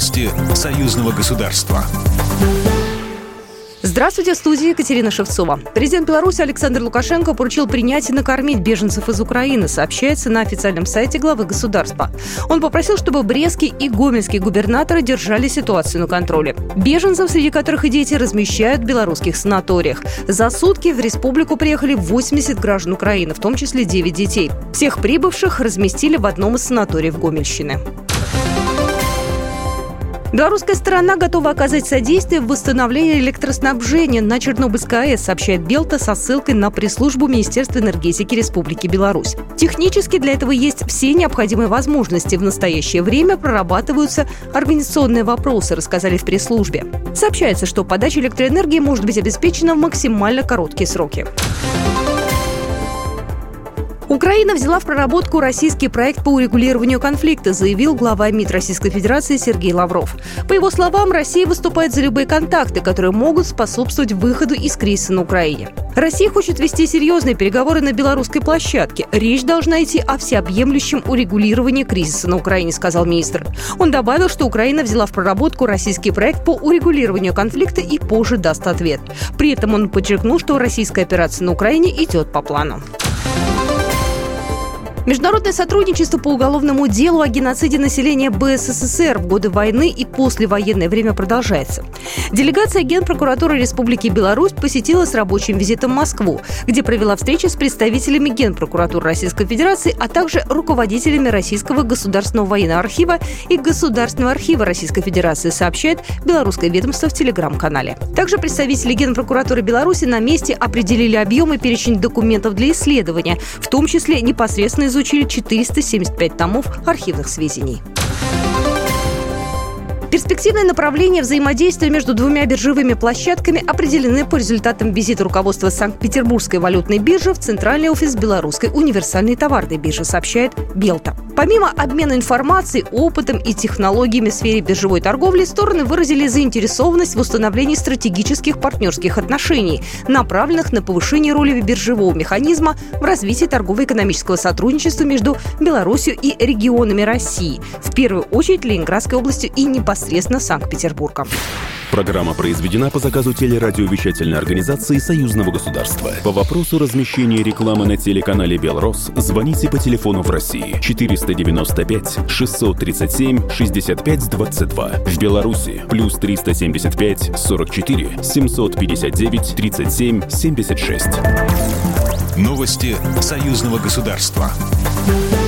Новости союзного государства. Здравствуйте, в студии Екатерина Шевцова. Президент Беларуси Александр Лукашенко поручил принять и накормить беженцев из Украины, сообщается на официальном сайте главы государства. Он попросил, чтобы брестский и гомельский губернаторы держали ситуацию на контроле. Беженцев, среди которых и дети, размещают в белорусских санаториях. За сутки в республику приехали 80 граждан Украины, в том числе 9 детей. Всех прибывших разместили в одном из санаториев Гомельщины. Белорусская сторона готова оказать содействие в восстановлении электроснабжения на Чернобыльской АЭС, сообщает Белта со ссылкой на пресс-службу Министерства энергетики Республики Беларусь. Технически для этого есть все необходимые возможности. В настоящее время прорабатываются организационные вопросы, рассказали в пресс-службе. Сообщается, что подача электроэнергии может быть обеспечена в максимально короткие сроки. Украина взяла в проработку российский проект по урегулированию конфликта, заявил глава МИД Российской Федерации Сергей Лавров. По его словам, Россия выступает за любые контакты, которые могут способствовать выходу из кризиса на Украине. Россия хочет вести серьезные переговоры на белорусской площадке. Речь должна идти о всеобъемлющем урегулировании кризиса на Украине, сказал министр. Он добавил, что Украина взяла в проработку российский проект по урегулированию конфликта и позже даст ответ. При этом он подчеркнул, что российская операция на Украине идет по плану. Международное сотрудничество по уголовному делу о геноциде населения БССР в годы войны и послевоенное время продолжается. Делегация Генпрокуратуры Республики Беларусь посетила с рабочим визитом Москву, где провела встречи с представителями Генпрокуратуры Российской Федерации, а также руководителями Российского государственного военного архива и Государственного архива Российской Федерации, сообщает белорусское ведомство в Телеграм-канале. Также представители Генпрокуратуры Беларуси на месте определили объем и перечень документов для исследования, в том числе непосредственно изучили 475 томов архивных сведений. Перспективные направления взаимодействия между двумя биржевыми площадками определены по результатам визита руководства Санкт-Петербургской валютной биржи в центральный офис Белорусской универсальной товарной биржи, сообщает Белта. Помимо обмена информацией, опытом и технологиями в сфере биржевой торговли, стороны выразили заинтересованность в установлении стратегических партнерских отношений, направленных на повышение роли биржевого механизма в развитии торгово-экономического сотрудничества между Беларусью и регионами России, в первую очередь Ленинградской областью и непосредственно Санкт-Петербургом. Программа произведена по заказу телерадиовещательной организации Союзного государства. По вопросу размещения рекламы на телеканале «Белрос» звоните по телефону в России 495 637 65 22. В Беларуси плюс 375 44 759 37 76. Новости союзного государства.